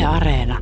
Yle Areena.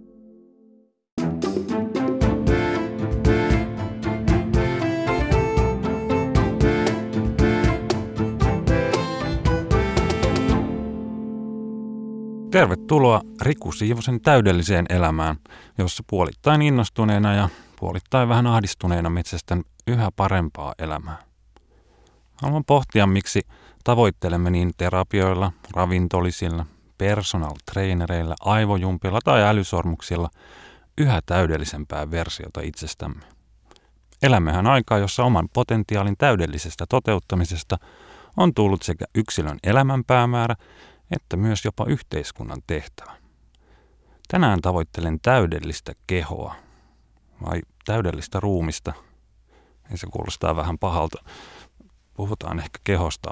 Tervetuloa Riku Siivosen täydelliseen elämään, jossa puolittain innostuneena ja puolittain vähän ahdistuneena metsästän yhä parempaa elämää. Haluan pohtia, miksi tavoittelemme niin terapioilla, ravintolisilla, personal trainereilla, aivojumpilla tai älysormuksilla yhä täydellisempää versiota itsestämme. Elämmehän aikaa, jossa oman potentiaalin täydellisestä toteuttamisesta on tullut sekä yksilön elämän päämäärä, että myös jopa yhteiskunnan tehtävä. Tänään tavoittelen täydellistä kehoa, vai täydellistä ruumista. Se kuulostaa vähän pahalta. Puhutaan ehkä kehosta.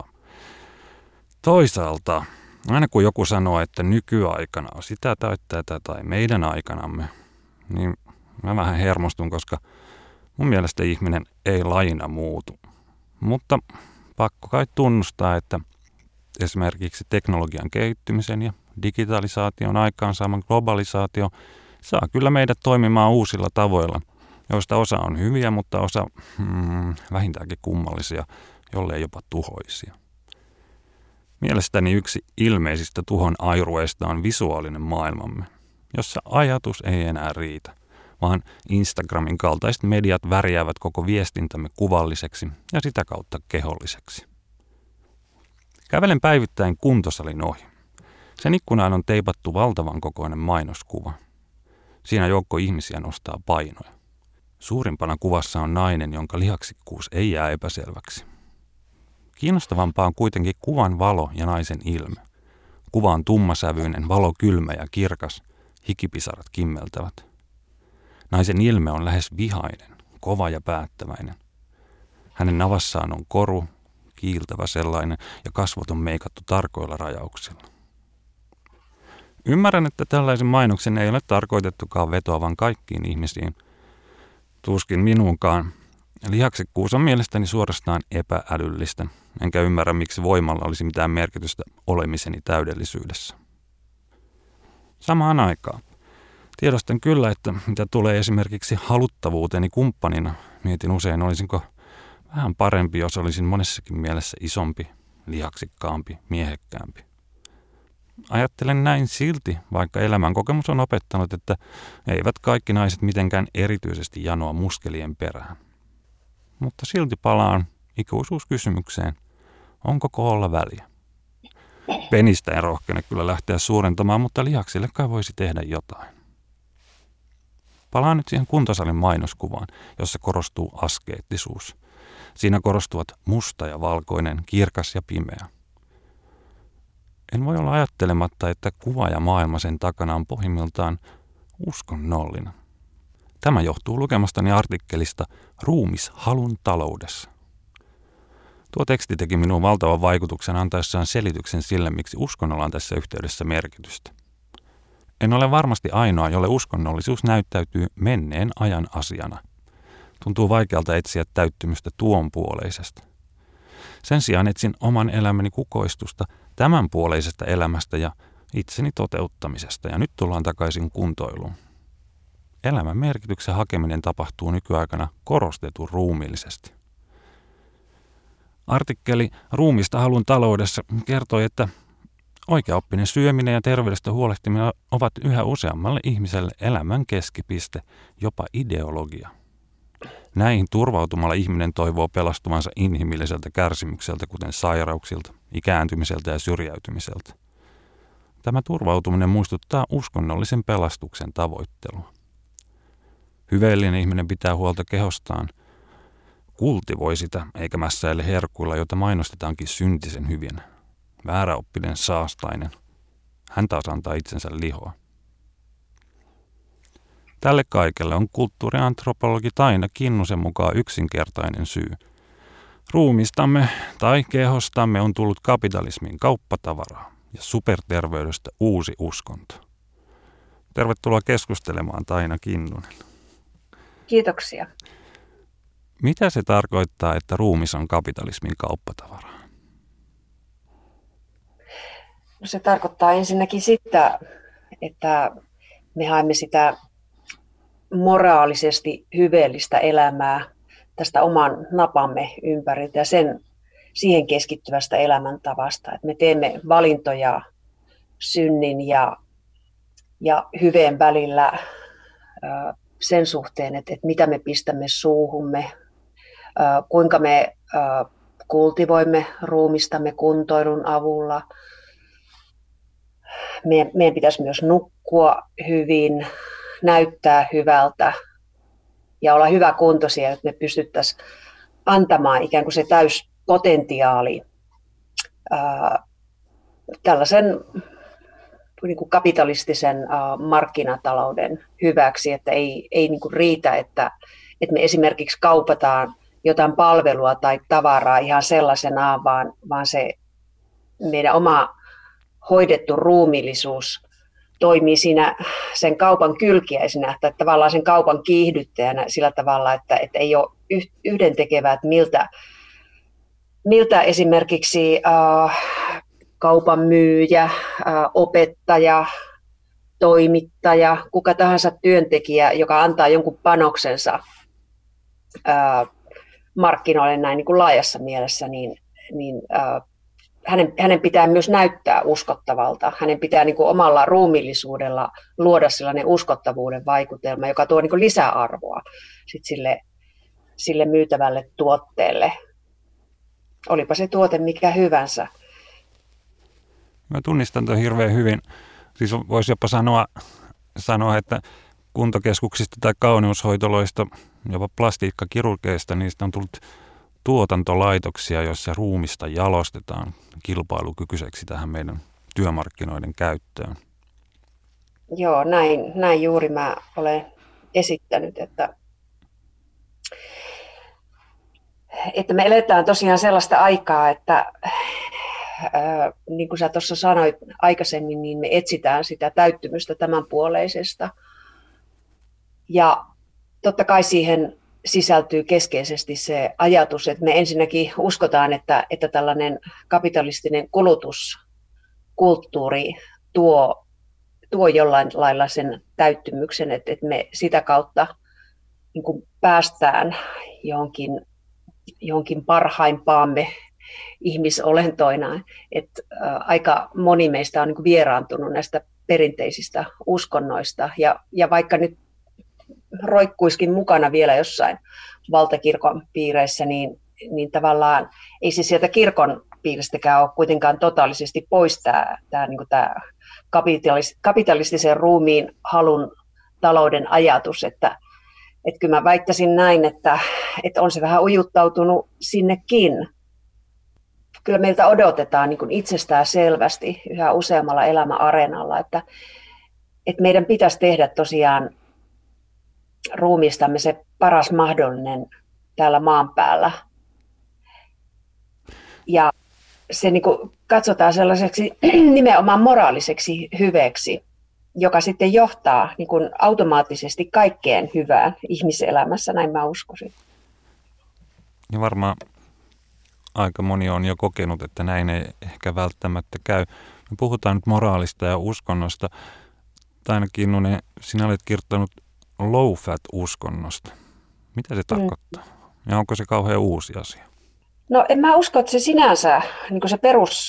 Toisaalta, aina kun joku sanoo, että nykyaikana on sitä tai tätä tai meidän aikanamme, niin mä vähän hermostun, koska mun mielestä ihminen ei lajina muutu. Mutta pakko kai tunnustaa, että esimerkiksi teknologian kehittymisen ja digitalisaation aikaansaaman globalisaatio saa kyllä meidät toimimaan uusilla tavoilla, joista osa on hyviä, mutta osa vähintäänkin kummallisia, jollei jopa tuhoisia. Mielestäni yksi ilmeisistä tuhon airueista on visuaalinen maailmamme, jossa ajatus ei enää riitä, vaan Instagramin kaltaiset mediat värjäävät koko viestintämme kuvalliseksi ja sitä kautta keholliseksi. Kävelen päivittäin kuntosalin ohi. Sen ikkunaan on teipattu valtavan kokoinen mainoskuva. Siinä joukko ihmisiä nostaa painoja. Suurimpana kuvassa on nainen, jonka lihaksikkuus ei jää epäselväksi. Kiinnostavampaa on kuitenkin kuvan valo ja naisen ilme. Kuva on tummasävyinen, valo kylmä ja kirkas, hikipisarat kimmeltävät. Naisen ilme on lähes vihainen, kova ja päättäväinen. Hänen navassaan on koru, kiiltävä sellainen, ja kasvot on meikattu tarkoilla rajauksilla. Ymmärrän, että tällaisen mainoksen ei ole tarkoitettukaan vetoavan kaikkiin ihmisiin. Tuskin minuunkaan. Lihaksikkuus on mielestäni suorastaan epäälyllistä, enkä ymmärrä, miksi voimalla olisi mitään merkitystä olemiseni täydellisyydessä. Samaan aikaan tiedostan kyllä, että mitä tulee esimerkiksi haluttavuuteni kumppanina, mietin usein, olisinko vähän parempi, jos olisin monessakin mielessä isompi, lihaksikkaampi, miehekkäämpi. Ajattelen näin silti, vaikka elämän kokemus on opettanut, että eivät kaikki naiset mitenkään erityisesti janoa muskelien perään. Mutta silti palaan ikuisuuskysymykseen, onko koolla väliä? Penistä en rohkene kyllä lähteä suurentamaan, mutta lihaksille kai voisi tehdä jotain. Palaan nyt siihen kuntosalin mainoskuvaan, jossa korostuu askeettisuus. Siinä korostuvat musta ja valkoinen, kirkas ja pimeä. En voi olla ajattelematta, että kuva ja maailma sen takana on pohjimmiltaan uskonnollinen. Tämä johtuu lukemastani artikkelista Ruumishalun taloudessa. Tuo teksti teki minuun valtavan vaikutuksen antaessaan selityksen sille, miksi uskonnolla on tässä yhteydessä merkitystä. En ole varmasti ainoa, jolle uskonnollisuus näyttäytyy menneen ajan asiana. Tuntuu vaikealta etsiä täyttymystä tuonpuoleisesta. Sen sijaan etsin oman elämäni kukoistusta tämänpuoleisesta elämästä ja itseni toteuttamisesta, ja nyt tullaan takaisin kuntoiluun. Elämän merkityksen hakeminen tapahtuu nykyaikana korostetun ruumiillisesti. Artikkeli Ruumista halun taloudessa kertoi, että oikeaoppinen syöminen ja terveydestä huolehtiminen ovat yhä useammalle ihmiselle elämän keskipiste, jopa ideologia. Näihin turvautumalla ihminen toivoo pelastuvansa inhimilliseltä kärsimykseltä, kuten sairauksilta, ikääntymiseltä ja syrjäytymiseltä. Tämä turvautuminen muistuttaa uskonnollisen pelastuksen tavoittelua. Hyveellinen ihminen pitää huolta kehostaan. Kultivoi sitä, eikä mässäile herkuilla, jota mainostetaankin syntisen hyvin. Vääräoppinen saastainen. Hän taas antaa itsensä lihoa. Tälle kaikelle on kulttuuriantropologi Taina Kinnusen mukaan yksinkertainen syy. Ruumistamme tai kehostamme on tullut kapitalismin kauppatavaraa ja superterveydestä uusi uskonto. Tervetuloa keskustelemaan, Taina Kinnunen. Kiitoksia. Mitä se tarkoittaa, että ruumis on kapitalismin kauppatavaraa? No se tarkoittaa ensinnäkin sitä, että Me haemme sitä moraalisesti hyveellistä elämää tästä oman napamme ympäriltä ja siihen keskittyvästä elämäntavasta. Että me teemme valintoja synnin ja hyveen välillä sen suhteen, että mitä me pistämme suuhumme, kuinka me kultivoimme ruumistamme kuntoilun avulla. Meidän pitäisi myös nukkua hyvin, näyttää hyvältä ja olla hyväkuntoisia, että me pystyttäisiin antamaan ikään kuin se täyspotentiaali tällaisen niin kuin kapitalistisen markkinatalouden hyväksi, että ei niin kuin riitä, että me esimerkiksi kaupataan jotain palvelua tai tavaraa ihan sellaisenaan, vaan se meidän oma hoidettu ruumiillisuus toimii siinä sen kaupan kylkiäisenä tai tavallaan sen kaupan kiihdyttäjänä sillä tavalla, että ei ole yhdentekevää, että miltä esimerkiksi kaupan myyjä, opettaja, toimittaja, kuka tahansa työntekijä, joka antaa jonkun panoksensa markkinoille näin niin kuin laajassa mielessä, niin hänen pitää myös näyttää uskottavalta. Hänen pitää niin kuin omalla ruumiillisuudella luoda sellainen uskottavuuden vaikutelma, joka tuo niin kuin lisäarvoa sit sille myytävälle tuotteelle. Olipa se tuote mikä hyvänsä. Mä tunnistan tämän hirveän hyvin. Siis voisi jopa sanoa, että kuntokeskuksista tai kauneushoitoloista, jopa plastiikkakirurgeista, niistä on tullut tuotantolaitoksia, joissa ruumista jalostetaan kilpailukykyiseksi tähän meidän työmarkkinoiden käyttöön. Joo, näin juuri mä olen esittänyt, että me eletään tosiaan sellaista aikaa, että niin kuin sä tuossa sanoit aikaisemmin, niin me etsitään sitä täyttymystä tämänpuoleisesta. Ja totta kai siihen sisältyy keskeisesti se ajatus, että me ensinnäkin uskotaan, että tällainen kapitalistinen kulutuskulttuuri tuo jollain lailla sen täyttymyksen, että me sitä kautta niin kuin päästään johonkin parhaimpaamme ihmisolentoina. Että aika moni meistä on niin kuin vieraantunut näistä perinteisistä uskonnoista ja vaikka nyt roikkuiskin mukana vielä jossain valtakirkon piireissä, niin tavallaan ei se sieltä kirkon piiristäkään ole kuitenkaan totaalisesti pois tämä kapitalistisen ruumiin halun talouden ajatus, että kyllä mä väittäisin näin, että on se vähän ujuttautunut sinnekin. Kyllä meiltä odotetaan niin kuin itsestään selvästi yhä useammalla elämäareenalla, että meidän pitäisi tehdä tosiaan ruumiistamme se paras mahdollinen täällä maan päällä. Ja se niin kuin katsotaan sellaiseksi nimenomaan moraaliseksi hyveeksi, joka sitten johtaa niin kuin automaattisesti kaikkeen hyvään ihmiselämässä, näin mä uskoisin. Ja varmaan aika moni on jo kokenut, että näin ei ehkä välttämättä käy. Me puhutaan nyt moraalista ja uskonnosta. Taina Kinnunen, sinä olet kirjoittanut low-fat-uskonnosta. Mitä se tarkoittaa? Ja onko se kauhean uusi asia? No en mä usko, että se sinänsä niin kuin se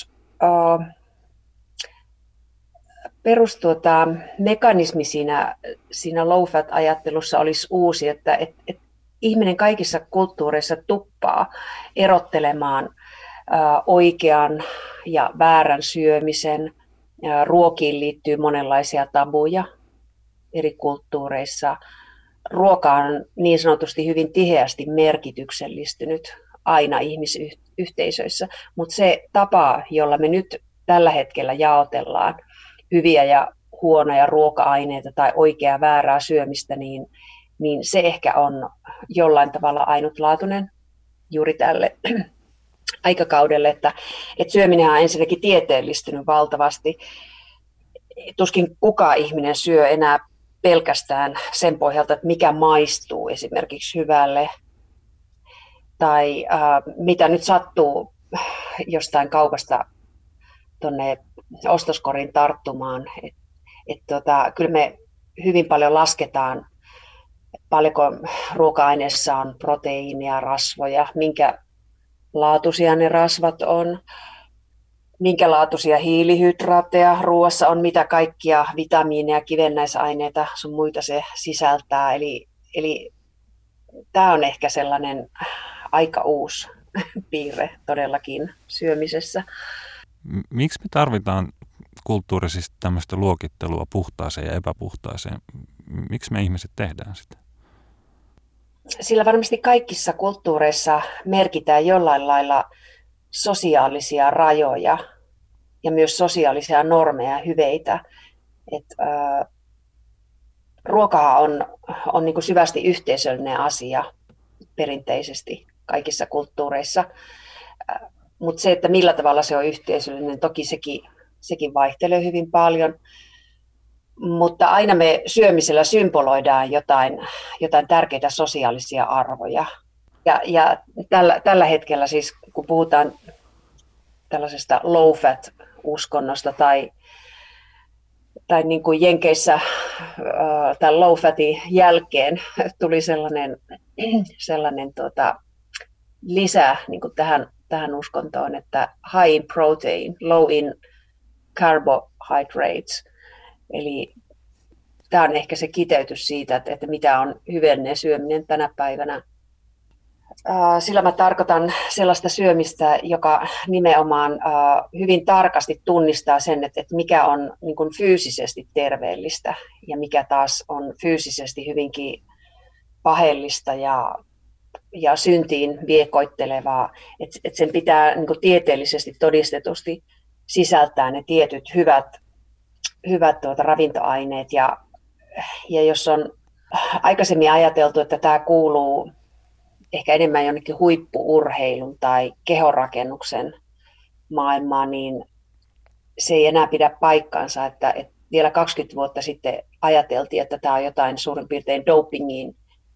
mekanismi siinä low-fat-ajattelussa olisi uusi, että ihminen kaikissa kulttuureissa tuppaa erottelemaan oikean ja väärän syömisen. Ruokiin liittyy monenlaisia tabuja eri kulttuureissa. Ruoka on niin sanotusti hyvin tiheästi merkityksellistynyt aina ihmisyhteisöissä, mutta se tapa, jolla me nyt tällä hetkellä jaotellaan hyviä ja huonoja ruoka-aineita tai oikeaa väärää syömistä, niin se ehkä on jollain tavalla ainutlaatuinen juuri tälle aikakaudelle, että syöminen on ensinnäkin tieteellistynyt valtavasti. Tuskin kukaan ihminen syö enää pelkästään sen pohjalta, että mikä maistuu esimerkiksi hyvälle tai mitä nyt sattuu jostain kaupasta tuonne ostoskoriin tarttumaan. Kyllä me hyvin paljon lasketaan, paljonko ruoka-aineessa on proteiinia, rasvoja, minkä laatuisia ne rasvat on, minkä laatuisia hiilihydraatteja ruoassa on, mitä kaikkia vitamiineja, kivennäisaineita sun muita se sisältää. Eli tämä on ehkä sellainen aika uusi piirre todellakin syömisessä. Miksi me tarvitaan kulttuurisesti tämmöistä luokittelua puhtaaseen ja epäpuhtaaseen? Miksi me ihmiset tehdään sitä? Sillä varmasti kaikissa kulttuureissa merkitään jollain lailla sosiaalisia rajoja ja myös sosiaalisia normeja ja hyveitä. Ruoka on niin kuin syvästi yhteisöllinen asia perinteisesti kaikissa kulttuureissa, mutta se, että millä tavalla se on yhteisöllinen, toki sekin vaihtelee hyvin paljon. Mutta aina me syömisellä symboloidaan jotain tärkeitä sosiaalisia arvoja. Ja tällä hetkellä siis, kun puhutaan tällaisesta low-fat-uskonnosta tai niin kuin Jenkeissä tämän low-fatin jälkeen tuli sellainen lisä niin kuin tähän uskontoon, että high in protein, low in carbohydrates. Eli tämä on ehkä se kiteytys siitä, että mitä on hyveellinen syöminen tänä päivänä. Sillä mä tarkoitan sellaista syömistä, joka nimenomaan hyvin tarkasti tunnistaa sen, että mikä on niin kuin fyysisesti terveellistä ja mikä taas on fyysisesti hyvinkin paheellista ja syntiin viekoittelevaa. Että sen pitää niin kuin tieteellisesti todistetusti sisältää ne tietyt hyvät ravintoaineet. Ja jos on aikaisemmin ajateltu, että tämä kuuluu ehkä enemmän jonnekin huippu-urheilun tai kehonrakennuksen maailmaan, niin se ei enää pidä paikkaansa, että vielä 20 vuotta sitten ajateltiin, että tämä on jotain suurin piirtein dopingiin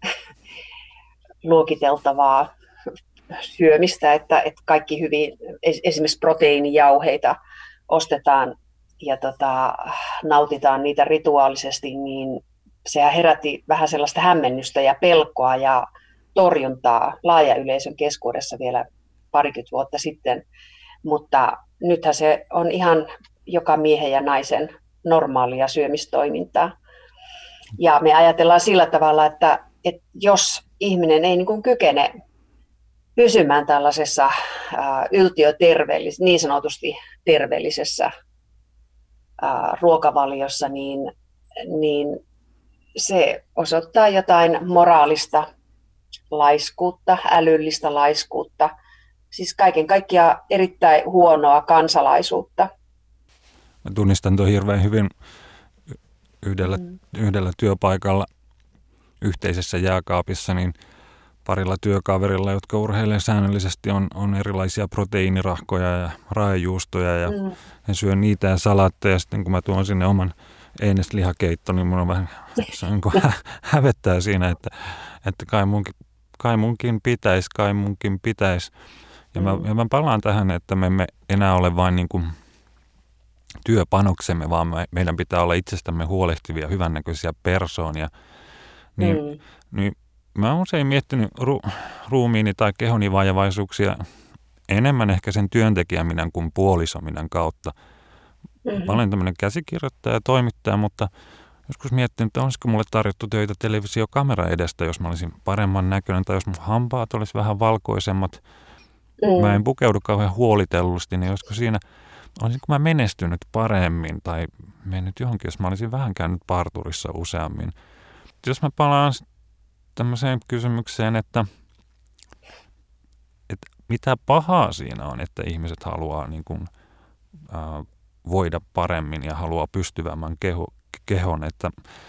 luokiteltavaa syömistä, että kaikki hyvin, esimerkiksi proteiinijauheita ostetaan ja nautitaan niitä rituaalisesti, niin sehän herätti vähän sellaista hämmennystä ja pelkoa ja torjuntaa laaja yleisön keskuudessa vielä parikymmentä vuotta sitten, mutta nythän se on ihan joka miehen ja naisen normaalia syömistoimintaa. Ja me ajatellaan sillä tavalla, että jos ihminen ei niin kuin kykene pysymään tällaisessa niin sanotusti terveellisessä ruokavaliossa, niin se osoittaa jotain moraalista laiskuutta, älyllistä laiskuutta, siis kaiken kaikkiaan erittäin huonoa kansalaisuutta. Mä tunnistan tuon hirveän hyvin yhdellä työpaikalla yhteisessä jääkaapissa, niin parilla työkaverilla, jotka urheilee säännöllisesti, on erilaisia proteiinirahkoja ja raejuustoja ja syön niitä ja salaatteja. Sitten kun mä tuon sinne oman eineslihakeitto, niin mun on vähän hävettää siinä, että kai munkin pitäisi. Ja mä palaan tähän, että me emme enää ole vain niin kuin työpanoksemme, vaan meidän pitää olla itsestämme huolehtivia, hyvännäköisiä persoonia. Niin mä oon usein miettinyt ruumiini tai kehoni vajavaisuuksia enemmän ehkä sen työntekijäminän kuin puolisominän kautta. Mä olen tämmöinen käsikirjoittaja ja toimittaja, mutta joskus miettinyt, että olisiko mulle tarjottu töitä televisiokamera edestä, jos mä olisin paremman näköinen tai jos mun hampaat olisi vähän valkoisemmat. Mä en pukeudu kauhean huolitellusti, niin olisiko siinä, olisinko mä menestynyt paremmin tai mennyt johonkin, jos mä olisin vähän käynyt parturissa useammin. Jos mä palaan tämmöiseen kysymykseen, että mitä pahaa siinä on, että ihmiset haluaa niin kuin, voida paremmin ja haluaa pystyvämmän kehon, että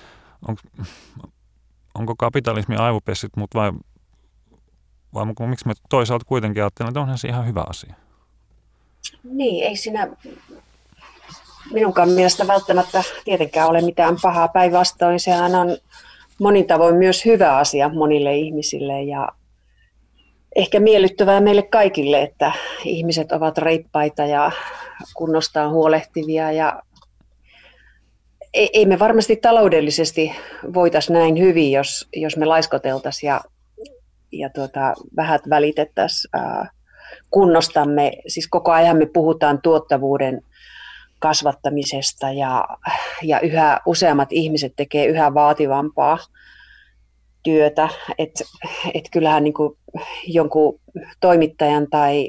onko kapitalismi aivopessit, mutta vai miksi mä toisaalta kuitenkin ajattelen, että onhan se ihan hyvä asia? Niin, ei siinä minunkaan mielestä välttämättä tietenkään ole mitään pahaa. Päinvastoin sehän on monin tavoin myös hyvä asia monille ihmisille ja ehkä miellyttävää meille kaikille, että ihmiset ovat reippaita ja kunnostaan huolehtivia ja ei me varmasti taloudellisesti voitaisiin näin hyvin, jos me laiskoteltaisiin ja vähät välitettäisiin kunnostamme. Siis koko ajan me puhutaan tuottavuuden kasvattamisesta ja yhä useammat ihmiset tekee yhä vaativampaa työtä. Et kyllähän niin kuin jonkun toimittajan tai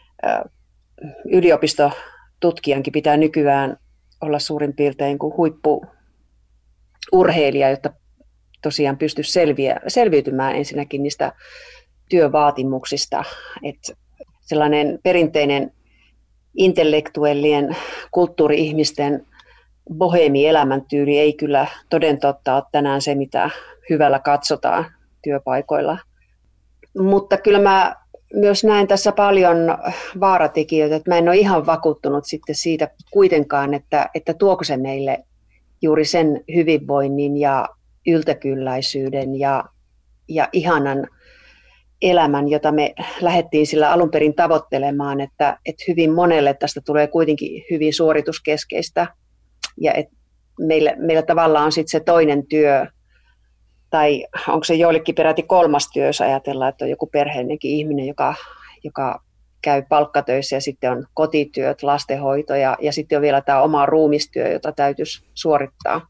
yliopistotutkijankin pitää nykyään olla suurin piirtein kuin huippu-urheilija, jotta tosiaan pystyisi selviytymään ensinnäkin niistä työvaatimuksista. Että sellainen perinteinen intellektuellien kulttuuri-ihmisten boheemi-elämäntyyli ei kyllä toden totta ole tänään se, mitä hyvällä katsotaan työpaikoilla. Mutta kyllä mä myös näen tässä paljon vaaratekijöitä, että mä en ole ihan vakuuttunut sitten siitä kuitenkaan, että tuoko se meille juuri sen hyvinvoinnin ja yltäkylläisyyden ja ihanan elämän, jota me lähdettiin sillä alun perin tavoittelemaan, että hyvin monelle tästä tulee kuitenkin hyvin suorituskeskeistä ja että meillä tavallaan on sitten se toinen työ, tai onko se joillekin peräti kolmas työ, jos ajatellaan, että on joku perheennekin ihminen, joka käy palkkatöissä ja sitten on kotityöt, lastenhoito ja sitten on vielä tämä oma ruumistyö, jota täytyisi suorittaa.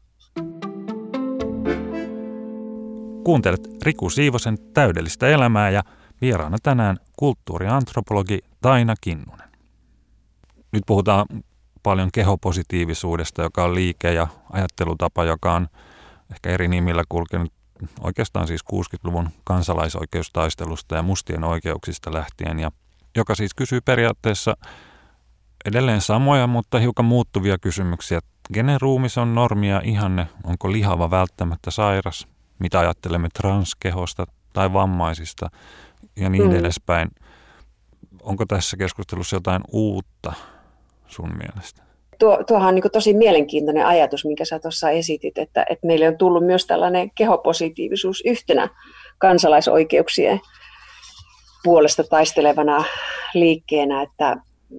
Kuuntelet Riku Siivosen täydellistä elämää ja vieraana tänään kulttuuriantropologi Taina Kinnunen. Nyt puhutaan paljon kehopositiivisuudesta, joka on liike ja ajattelutapa, joka on ehkä eri nimillä kulkenut oikeastaan siis 60-luvun kansalaisoikeustaistelusta ja mustien oikeuksista lähtien, ja joka siis kysyy periaatteessa edelleen samoja, mutta hiukan muuttuvia kysymyksiä. Kenen ruumis on normi ja ihanne? Onko lihava välttämättä sairas? Mitä ajattelemme transkehosta tai vammaisista ja niin edespäin? Onko tässä keskustelussa jotain uutta sun mielestä? Tuohan on niin kuin tosi mielenkiintoinen ajatus, minkä sä tuossa esitit, että meille on tullut myös tällainen kehopositiivisuus yhtenä kansalaisoikeuksien puolesta taistelevana liikkeenä, että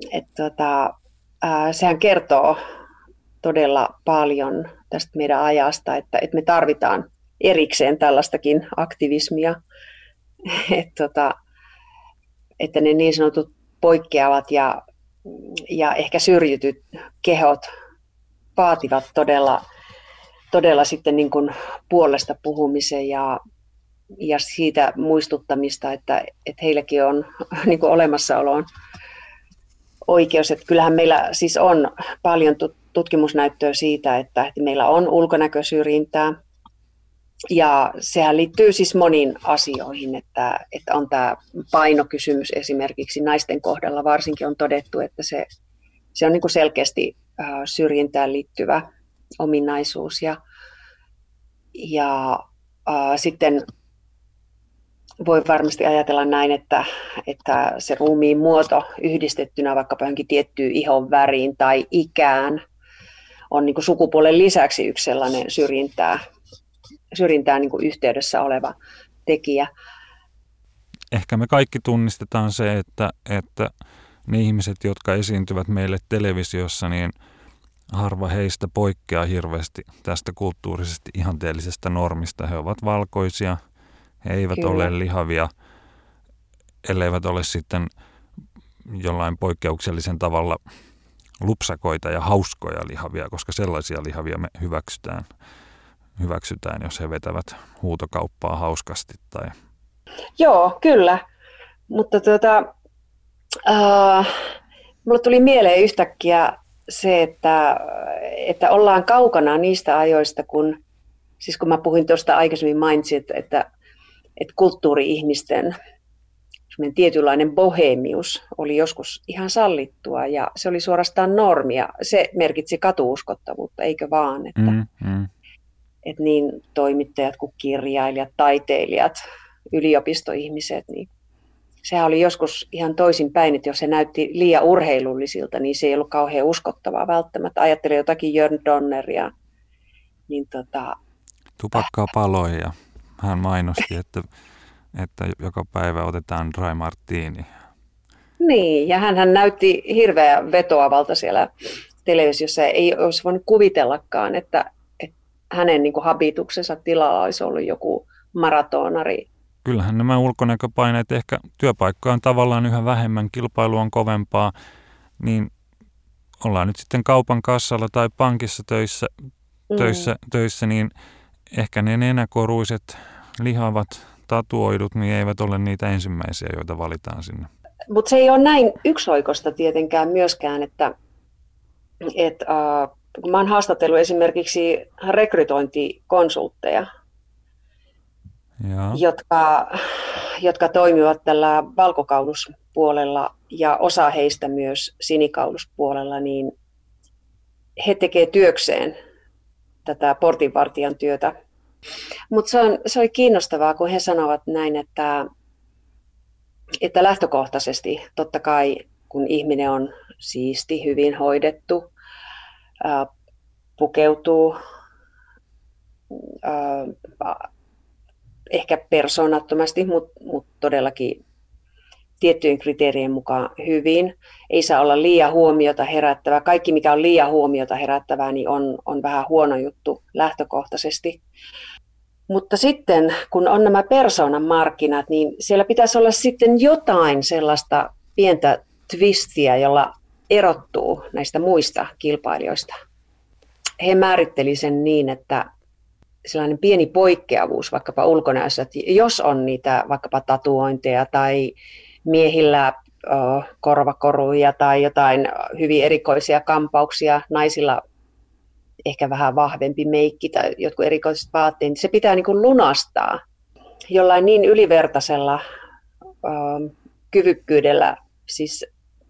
sehän kertoo todella paljon tästä meidän ajasta, että me tarvitaan erikseen tällaistakin aktivismia, että ne niin sanotut poikkeavat ja ehkä syrjityt kehot vaativat todella sitten niin kuin puolesta puhumisen ja siitä muistuttamista, että heilläkin on niin kuin olemassaoloon oikeus. Että kyllähän meillä siis on paljon tutkimusnäyttöä siitä, että meillä on ulkonäkösyrjintää. Ja sehän liittyy siis moniin asioihin, että on tämä painokysymys esimerkiksi naisten kohdalla varsinkin on todettu, että se on niin kuin selkeästi syrjintään liittyvä ominaisuus. Ja sitten voi varmasti ajatella näin, että se ruumiin muoto yhdistettynä vaikkapa johonkin tiettyyn ihon väriin tai ikään on niin kuin sukupuolen lisäksi yksi sellainen syrjintään niin kuin yhteydessä oleva tekijä. Ehkä me kaikki tunnistetaan se, että ne ihmiset, jotka esiintyvät meille televisiossa, niin harva heistä poikkeaa hirveästi tästä kulttuurisesti ihanteellisesta normista. He ovat valkoisia, he eivät Kyllä. ole lihavia, elleivät ole sitten jollain poikkeuksellisen tavalla lupsakoita ja hauskoja lihavia, koska sellaisia lihavia me hyväksytään, jos he vetävät huutokauppaa hauskasti. Tai... Joo, kyllä. Mutta mulle tuli mieleen yhtäkkiä se, että ollaan kaukana niistä ajoista, kun mä puhuin tuosta aikaisemmin mainitsin, että kulttuuri-ihmisten tietynlainen bohemius oli joskus ihan sallittua ja se oli suorastaan normia. Se merkitsi katuuskottavuutta, eikö vaan? Että niin toimittajat kuin kirjailijat, taiteilijat, yliopistoihmiset, niin sehän oli joskus ihan toisinpäin, että jos se näytti liian urheilullisilta, niin se ei ollut kauhean uskottavaa välttämättä. Ajattelin jotakin Jörn Donneria. Niin Tupakkaa paloi ja hän mainosti, että joka päivä otetaan dry martini. Niin, ja hän näytti hirveän vetoavalta siellä televisiossa. Ei olisi voinut kuvitellakaan, että hänen niin kuin habituksensa tilalla olisi ollut joku maratonari. Kyllähän nämä ulkonäköpaineet ehkä työpaikka on tavallaan yhä vähemmän, kilpailu on kovempaa, niin ollaan nyt sitten kaupan kassalla tai pankissa töissä, niin ehkä ne nenäkoruiset, lihavat, tatuoidut, niin eivät ole niitä ensimmäisiä, joita valitaan sinne. Mutta se ei ole näin yksioikoista tietenkään myöskään, että kun mä oon haastatellut esimerkiksi rekrytointikonsultteja, jotka toimivat tällä valkokauluspuolella ja osa heistä myös sinikauluspuolella, niin he tekevät työkseen tätä portinvartijan työtä. Mutta se oli kiinnostavaa, kun he sanovat näin, että lähtökohtaisesti totta kai kun ihminen on siisti, hyvin hoidettu, pukeutuu ehkä persoonattomasti, mutta todellakin tiettyjen kriteerien mukaan hyvin. Ei saa olla liian huomiota herättävää. Kaikki, mikä on liian huomiota herättävää, niin on vähän huono juttu lähtökohtaisesti. Mutta sitten, kun on nämä persoonan markkinat, niin siellä pitäisi olla sitten jotain sellaista pientä twistiä, jolla erottuu näistä muista kilpailijoista. He määritteli sen niin, että sellainen pieni poikkeavuus vaikkapa ulkonäössä, että jos on niitä vaikkapa tatuointeja tai miehillä korvakoruja tai jotain hyvin erikoisia kampauksia, naisilla ehkä vähän vahvempi meikki tai jotkut erikoiset vaatteet, niin se pitää niin kuin lunastaa jollain niin ylivertaisella kyvykkyydellä, siis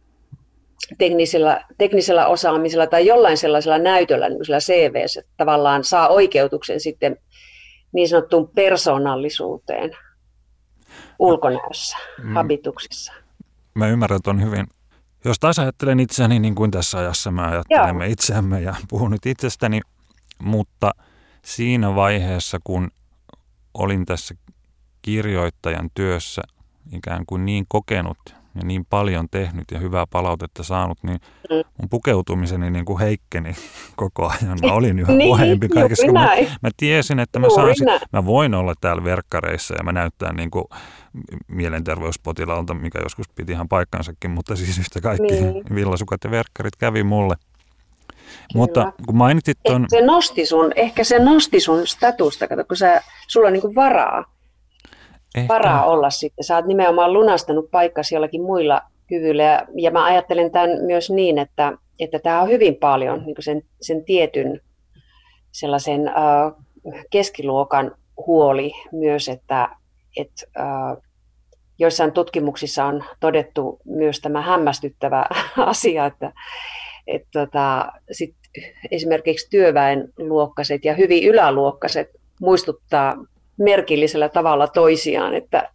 teknisellä osaamisella tai jollain sellaisella näytöllä, niin kuin CV:ssä, että tavallaan saa oikeutuksen sitten niin sanottuun persoonallisuuteen ulkonäössä, habituksissa. Mä ymmärrän ton hyvin. Jos taas ajattelen itseäni niin kuin tässä ajassa me ajattelemme itseämme ja puhun nyt itsestäni, mutta siinä vaiheessa, kun olin tässä kirjoittajan työssä ikään kuin niin kokenut ja niin paljon tehnyt ja hyvää palautetta saanut, niin mun pukeutumiseni niin kuin heikkeni koko ajan. Mä olin yhä puheempi kaikessa. Mä tiesin, että mä voin olla täällä verkkareissa ja mä näyttää niin kuin mielenterveyspotilaalta, mikä joskus piti ihan paikkansakin, mutta siis yhtä kaikki villasukat ja verkkarit kävi mulle. Kyllä. Mutta kun mainitit ton... Ehkä se nosti sun statusta, kato, kun sulla on niin kuin varaa olla sitten. Sä oot nimenomaan lunastanut paikkasi jollakin muilla kyvyillä. Ja mä ajattelen tämän myös niin, että tämä on hyvin paljon niin kuin sen tietyn sellaisen keskiluokan huoli myös, että joissain tutkimuksissa on todettu myös tämä hämmästyttävä asia, että sit esimerkiksi työväenluokkaset ja hyvin yläluokkaset muistuttaa merkillisellä tavalla toisiaan, että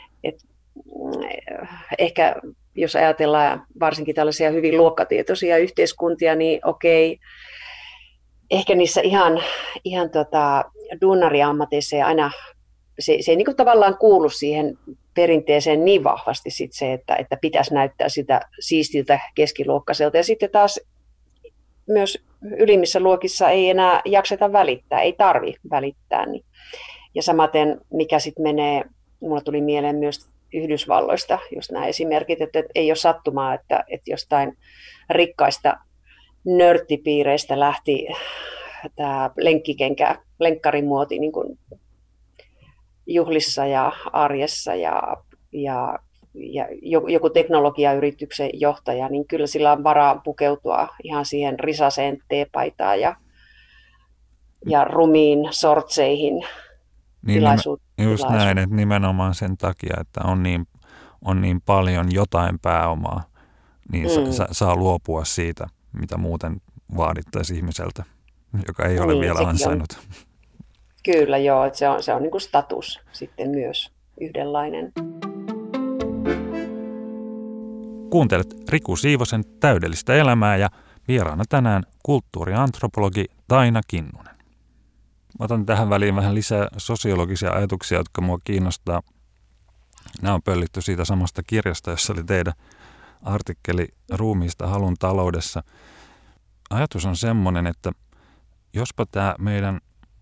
ehkä jos ajatellaan varsinkin tällaisia hyvin luokkatietoisia yhteiskuntia, niin okei, ehkä niissä ihan duunariammateissa ja aina se ei niin kuin tavallaan kuulu siihen perinteeseen niin vahvasti sit se, että pitäisi näyttää sitä siistiltä keskiluokkaiselta. Ja sitten taas myös ylimmissä luokissa ei enää jakseta välittää, ei tarvi välittää. Ja samaten, mikä sitten menee, mulla tuli mieleen myös Yhdysvalloista just nämä esimerkit, että ei ole sattumaa, että jostain rikkaista nörttipiireistä lähti tämä lenkkarimuoti niin kuin juhlissa ja arjessa ja joku teknologiayrityksen johtaja, niin kyllä sillä on varaa pukeutua ihan siihen risaseen teepaitaan ja rumiin sortseihin Just näin, että nimenomaan sen takia, että on niin paljon jotain pääomaa, niin saa luopua siitä, mitä muuten vaadittaisiin ihmiseltä, joka ei ole vielä ansainnut. Kyllä joo, että se on niin kuin status sitten myös yhdenlainen. Kuuntelet Riku Siivosen täydellistä elämää ja vieraana tänään kulttuuriantropologi Taina Kinnunen. Mä otan tähän väliin vähän lisää sosiologisia ajatuksia, jotka mua kiinnostaa. Nämä on pöllitty siitä samasta kirjasta, jossa oli teidän artikkeli Ruumiista halun taloudessa. Ajatus on semmoinen, että jospa tämä meidän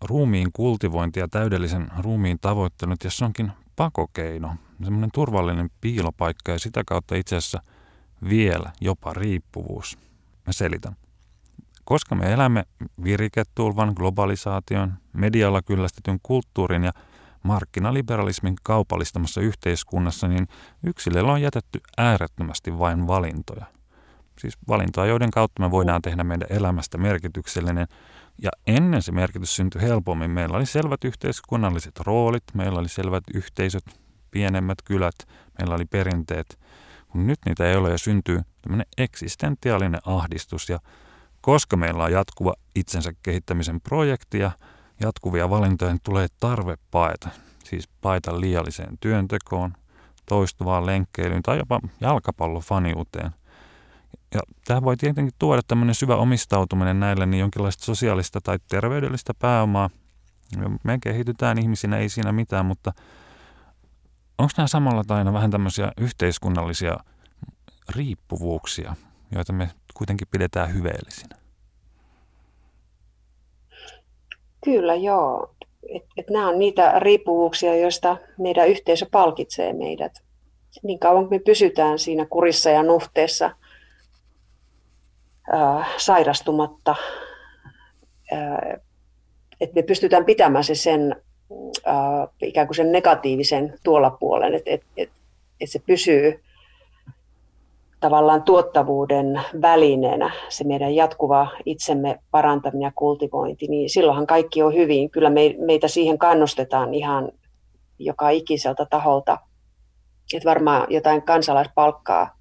ruumiin kultivointi ja täydellisen ruumiin tavoittelu, jos se onkin pakokeino, semmoinen turvallinen piilopaikka ja sitä kautta itse asiassa vielä jopa riippuvuus. Mä selitän. Koska me elämme viriketulvan, globalisaation, medialla kyllästetyn kulttuurin ja markkinaliberalismin kaupallistamassa yhteiskunnassa, niin yksilöllä on jätetty äärettömästi vain valintoja. Siis valintoja, joiden kautta me voidaan tehdä meidän elämästä merkityksellinen. Ja ennen se merkitys syntyi helpommin. Meillä oli selvät yhteiskunnalliset roolit, meillä oli selvät yhteisöt, pienemmät kylät, meillä oli perinteet. Kun nyt niitä ei ole ja syntyy tämmöinen eksistentiaalinen ahdistus. Ja koska meillä on jatkuva itsensä kehittämisen projekti ja jatkuvia valintoja, niin tulee tarve paeta. Siis paeta liialliseen työntekoon, toistuvaan lenkkeilyyn tai jopa jalkapallofaniuteen. Ja tämä voi tietenkin tuoda tämmöinen syvä omistautuminen näille niin jonkinlaista sosiaalista tai terveydellistä pääomaa. Me kehitytään ihmisinä, ei siinä mitään, mutta onko nämä samalla tai aina vähän tämmöisiä yhteiskunnallisia riippuvuuksia, joita me kuitenkin pidetään hyveellisinä? Kyllä joo. Nämä on niitä riippuvuuksia, joista meidän yhteisö palkitsee meidät. Niin kauan kuin me pysytään siinä kurissa ja nuhteessa sairastumatta, että me pystytään pitämään sen ikään kuin sen negatiivisen tuolla puolen, että se pysyy tavallaan tuottavuuden välineenä, se meidän jatkuva itsemme parantaminen ja kultivointi, niin silloinhan kaikki on hyvin. Kyllä meitä siihen kannustetaan ihan joka ikiseltä taholta, että varmaan jotain kansalaispalkkaa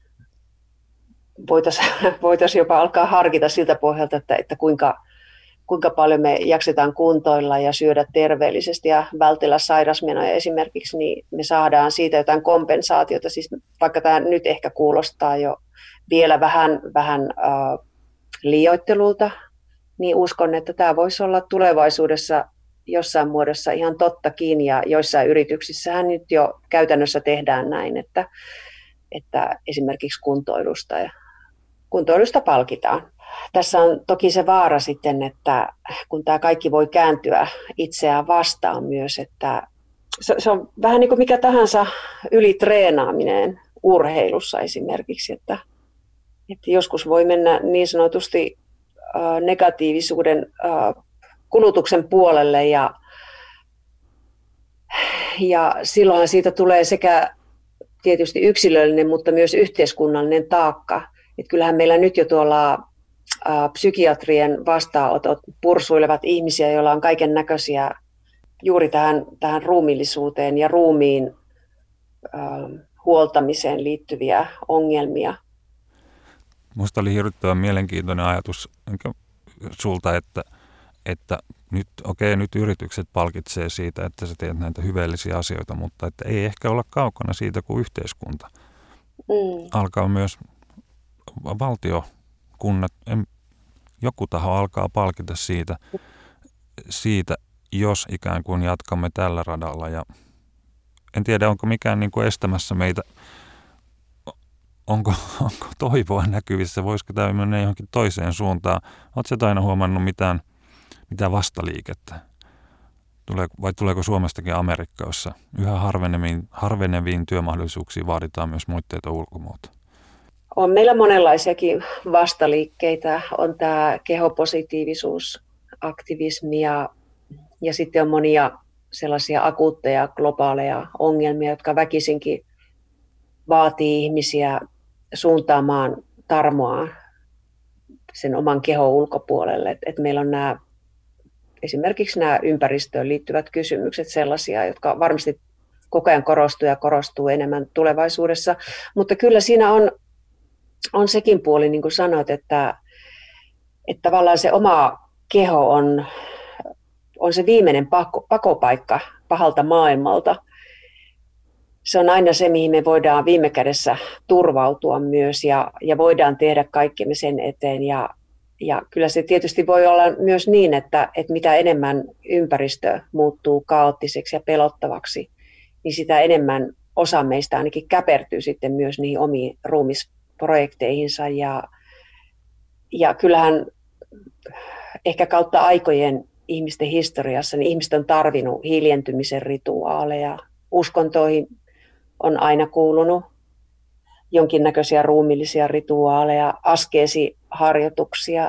voitaisiin jopa alkaa harkita siltä pohjalta, että kuinka paljon me jaksetaan kuntoilla ja syödä terveellisesti ja vältellä sairasmenoja esimerkiksi, niin me saadaan siitä jotain kompensaatiota. Siis vaikka tämä nyt ehkä kuulostaa jo vielä vähän liioittelulta, niin uskon, että tämä voisi olla tulevaisuudessa jossain muodossa ihan tottakin, ja joissain yrityksissähän nyt jo käytännössä tehdään näin, että esimerkiksi kuntoilusta palkitaan. Tässä on toki se vaara sitten, että kun tämä kaikki voi kääntyä itseään vastaan myös, että se on vähän niin kuin mikä tahansa ylitreenaaminen urheilussa esimerkiksi, että joskus voi mennä niin sanotusti negatiivisuuden kulutuksen puolelle ja silloinhan siitä tulee sekä tietysti yksilöllinen, mutta myös yhteiskunnallinen taakka. Että kyllähän meillä nyt jo tuolla psykiatrien vastaanotot pursuilevat ihmisiä, joilla on kaiken näköisiä juuri tähän ruumiillisuuteen ja ruumiin huoltamiseen liittyviä ongelmia. Minusta oli hirvittävän mielenkiintoinen ajatus sulta, että nyt yritykset palkitsee siitä, että sä teet näitä hyveellisiä asioita, mutta että ei ehkä olla kaukana siitä kuin yhteiskunta. Alkaa myös valtiokunnat, joku taho alkaa palkita siitä, jos ikään kuin jatkamme tällä radalla. Ja en tiedä, onko mikään niin kuin estämässä meitä, onko toivoa näkyvissä, voisiko tämä mennä johonkin toiseen suuntaan. Oletko sä aina huomannut mitään vastaliikettä? Vai tuleeko Suomestakin Amerikka, jossa yhä harveneviin työmahdollisuuksiin vaaditaan myös muitteita ulkomuuta? On meillä monenlaisiakin vastaliikkeitä. On tämä kehopositiivisuus, aktivismi ja sitten on monia sellaisia akuutteja globaaleja ongelmia, jotka väkisinkin vaatii ihmisiä suuntaamaan tarmoa sen oman kehon ulkopuolelle. Et meillä on esimerkiksi nämä ympäristöön liittyvät kysymykset sellaisia, jotka varmasti koko ajan korostuu enemmän tulevaisuudessa. Mutta kyllä siinä on sekin puoli, niin kuin sanoit, että tavallaan se oma keho on se viimeinen pakopaikka pahalta maailmalta. Se on aina se, mihin me voidaan viime kädessä turvautua myös ja voidaan tehdä kaikkemme sen eteen. Ja kyllä se tietysti voi olla myös niin, että mitä enemmän ympäristö muuttuu kaoottiseksi ja pelottavaksi, niin sitä enemmän osa meistä ainakin käpertyy sitten myös niihin omiin ruumisprojekteihinsa. Ja kyllähän ehkä kautta aikojen ihmisten historiassa, niin ihmiset on tarvinnut hiljentymisen rituaaleja. Uskontoihin on aina kuulunut jonkinnäköisiä ruumiillisia rituaaleja, askeesiharjoituksia,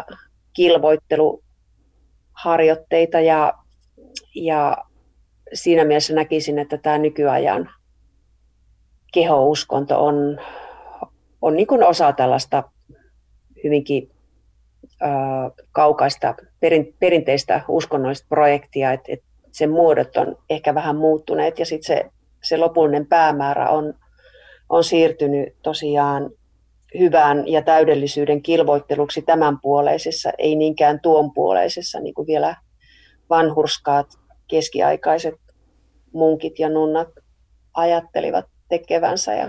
kilvoitteluharjoitteita ja siinä mielessä näkisin, että tämä nykyajan kehouskonto on niin kuin osa tällaista hyvinkin kaukaista perinteistä uskonnollista projektia, että sen muodot on ehkä vähän muuttuneet ja sitten se lopullinen päämäärä on siirtynyt tosiaan hyvän ja täydellisyyden kilvoitteluksi tämänpuoleisessa, ei niinkään tuonpuoleisessa, niin kuin vielä vanhurskaat keskiaikaiset munkit ja nunnat ajattelivat tekevänsä.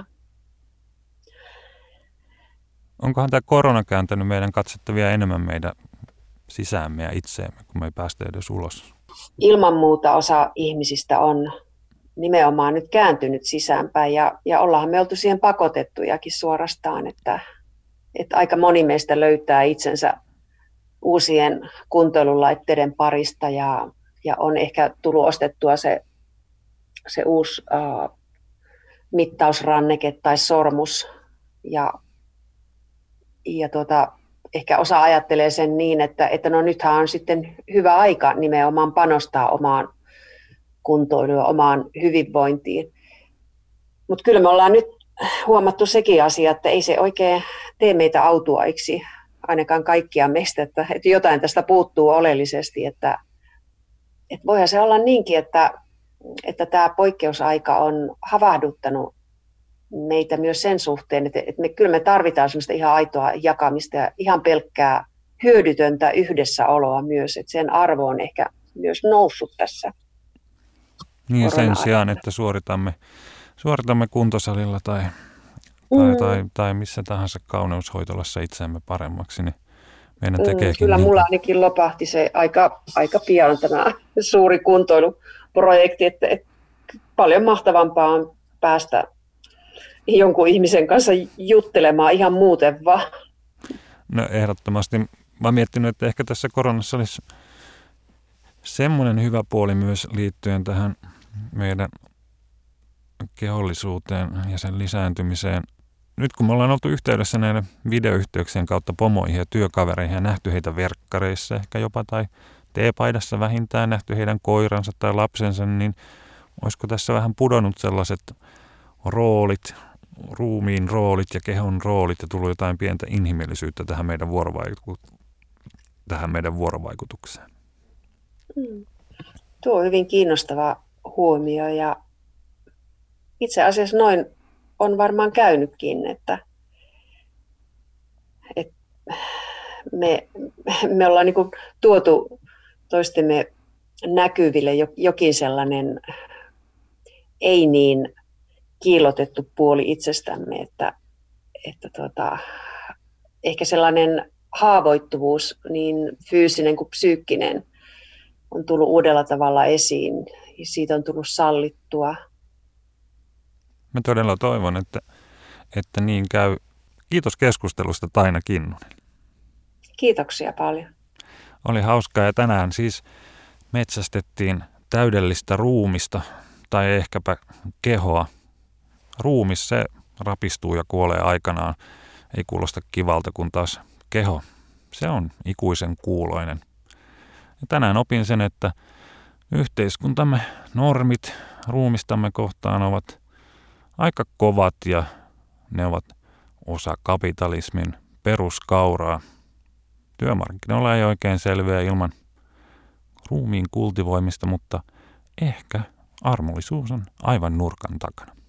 Onkohan tämä korona kääntänyt meidän katsetta vielä enemmän meidän sisäämme ja itseemme, kun me ei päästä edes ulos? Ilman muuta osa ihmisistä on nimenomaan nyt kääntynyt sisäänpäin ja ollaan me oltu siihen pakotettujakin suorastaan, että aika moni meistä löytää itsensä uusien kuntoilulaitteiden parista ja on ehkä tullut ostettua se uusi mittausranneke tai sormus ja ehkä osa ajattelee sen niin, että no nythän on sitten hyvä aika nimenomaan panostaa omaan kuntoiluun, omaan hyvinvointiin. Mutta kyllä me ollaan nyt huomattu sekin asia, että ei se oikein tee meitä autuaiksi, ainakaan kaikkia meistä, että jotain tästä puuttuu oleellisesti, että voihan se olla niinkin, että tämä poikkeusaika on havahduttanut meitä myös sen suhteen, että kyllä me tarvitaan semmoista ihan aitoa jakamista ja ihan pelkkää hyödytöntä yhdessäoloa myös, että sen arvo on ehkä myös noussut tässä. Niin sen sijaan, että suoritamme kuntosalilla tai missä tahansa kauneushoitolassa itseämme paremmaksi, niin meidän tekeekin. Kyllä mulla ainakin lopahti se aika pian tämä suuri kuntoiluprojekti, että paljon mahtavampaa on päästä jonkun ihmisen kanssa juttelemaan ihan muuten vaan. No ehdottomasti. Mä oon miettinyt, että ehkä tässä koronassa olisi semmoinen hyvä puoli myös liittyen tähän meidän kehollisuuteen ja sen lisääntymiseen. Nyt kun me ollaan oltu yhteydessä näiden videoyhteyksien kautta pomoihin ja työkavereihin ja nähty heitä verkkareissa ehkä jopa tai teepaidassa vähintään nähty heidän koiransa tai lapsensa, niin olisiko tässä vähän pudonnut sellaiset roolit, ruumiin roolit ja kehon roolit ja tullut jotain pientä inhimillisyyttä tähän meidän vuorovaikutukseen? Tuo on hyvin kiinnostava huomio ja itse asiassa noin on varmaan käynytkin, että me ollaan niin kuin tuotu toistemme näkyville jokin sellainen ei niin kiillotettu puoli itsestämme, että ehkä sellainen haavoittuvuus, niin fyysinen kuin psyykkinen, on tullut uudella tavalla esiin ja siitä on tullut sallittua. Mä todella toivon, että niin käy. Kiitos keskustelusta, Taina Kinnunen. Kiitoksia paljon. Oli hauskaa ja tänään siis metsästettiin täydellistä ruumista tai ehkäpä kehoa. Ruumis se rapistuu ja kuolee aikanaan. Ei kuulosta kivalta, kun taas keho, se on ikuisen kuuloinen. Ja tänään opin sen, että yhteiskuntamme normit ruumistamme kohtaan ovat aika kovat ja ne ovat osa kapitalismin peruskauraa. Työmarkkinoilla ei oikein selviä ilman ruumiin kultivoimista, mutta ehkä armollisuus on aivan nurkan takana.